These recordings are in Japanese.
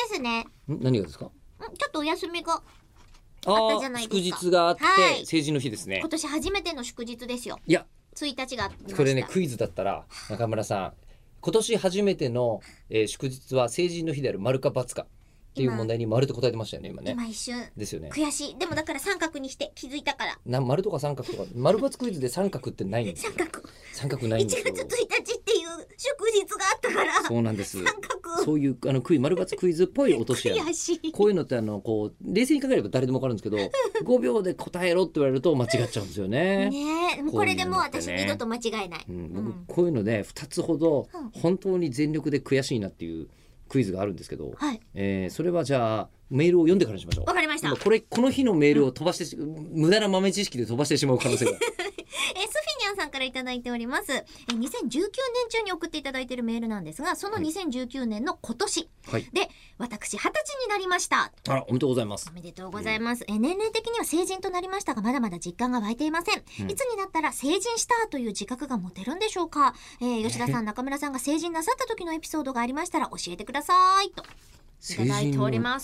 ですね。 何がですか？ ちょっとお休みがあったじゃない祝ですか。 日があって、 はい、 成人の日ですね。 今年初めての祝日ですよ。 いや、 1日がありました。 これね、クイズだったら中村さん、今年初めての、祝日は成人の日である丸か×かっていう問題に丸と答えてましたよね、今ね。 今一瞬ですよね。 悔しい。でもだから三角にして気づいたから。 丸とか三角とか丸×クイズで三角ってないんですよ。三角ないんですよ。 1月1日っていう祝日があったから。 そうなんです。 三角。 そういうクイズ丸×クイズっぽい落とし穴。 悔しい。 こういうのってこう冷静に考えれば誰でもわかるんですけど5秒で答えろって言われると間違っちゃうんですよね。 ねえ、もうこれでもう私二度と間違えない。 僕こういうので2つほど本当に全力で悔しいなっていうクイズがあるんですけど、 はい、 それはじゃあメールを読んでからにしましょう。 わかりました。 この日のメールを飛ばして、無駄な豆知識で飛ばしてしまう可能性がスフィニャンさんからいただいております。2019年中に送っていただいているメールなんですが、その2019年の今年、はい、で私20歳になりました。 あら、おめでとうございます。 おめでとうございます。年齢的には成人となりましたが、まだまだ実感が湧いていません。いつになったら成人したという自覚が持てるんでしょうか。吉田さん、中村さんが成人なさった時のエピソードがありましたら教えてくださいといただいております。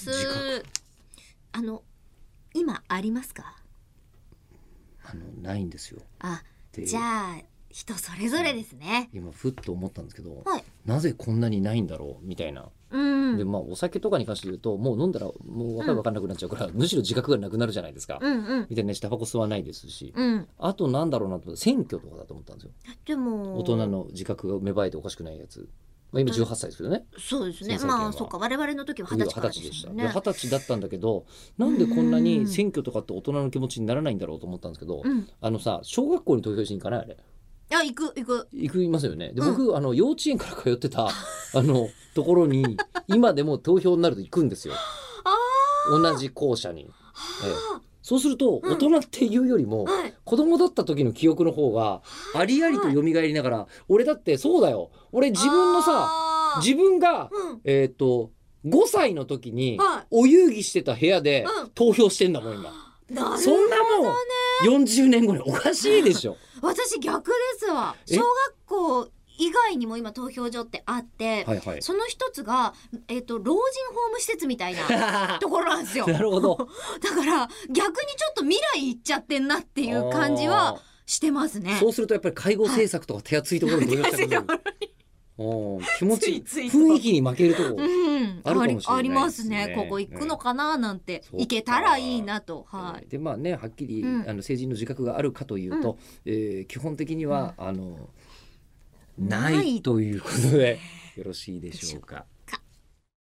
今ありますか？ ないんですよ。 じゃあ人それぞれですね。 今ふっと思ったんですけど、 はい、 なぜこんなにないんだろうみたいな。でお酒とかに関して言うと、もう飲んだらもう分かんなくなっちゃうから、むしろ自覚がなくなるじゃないですか、みたいなし、タバコ吸わないですし、あとなんだろうなと思って、選挙とかだと思ったんですよ。 でも大人の自覚が芽生えておかしくないやつ。今18歳ですけどね。 そうですね。まあそうか、我々の時は20歳からでしたね。 20歳だったんだけど、なんでこんなに選挙とかって大人の気持ちにならないんだろうと思ったんですけど、小学校に投票しに行かない？あれ行きますよね。で、僕幼稚園から通ってたところに今でも投票になると行くんですよ。同じ校舎に。そうすると大人っていうよりも、子供だった時の記憶の方がありありと蘇りながら、俺だってそうだよ。俺自分が5歳の時にお遊戯してた部屋で投票してんだもん今。そんなもん40年後におかしいでしょ。 私逆ですわ。小学校以外にも今投票所ってあって、その一つが、老人ホーム施設みたいなところなんですよ。 なるほど。 だから逆にちょっと未来行っちゃってんなっていう感じはしてますね。 そうするとやっぱり介護政策とか手厚いところに投票したくなる。気持ち雰囲気に負けるとこあるかもしれないですね。ありますね。 ここ行くのかななんて、行けたらいいなと。 ではっきり成人の自覚があるかというと、基本的にはないということでよろしいでしょうか。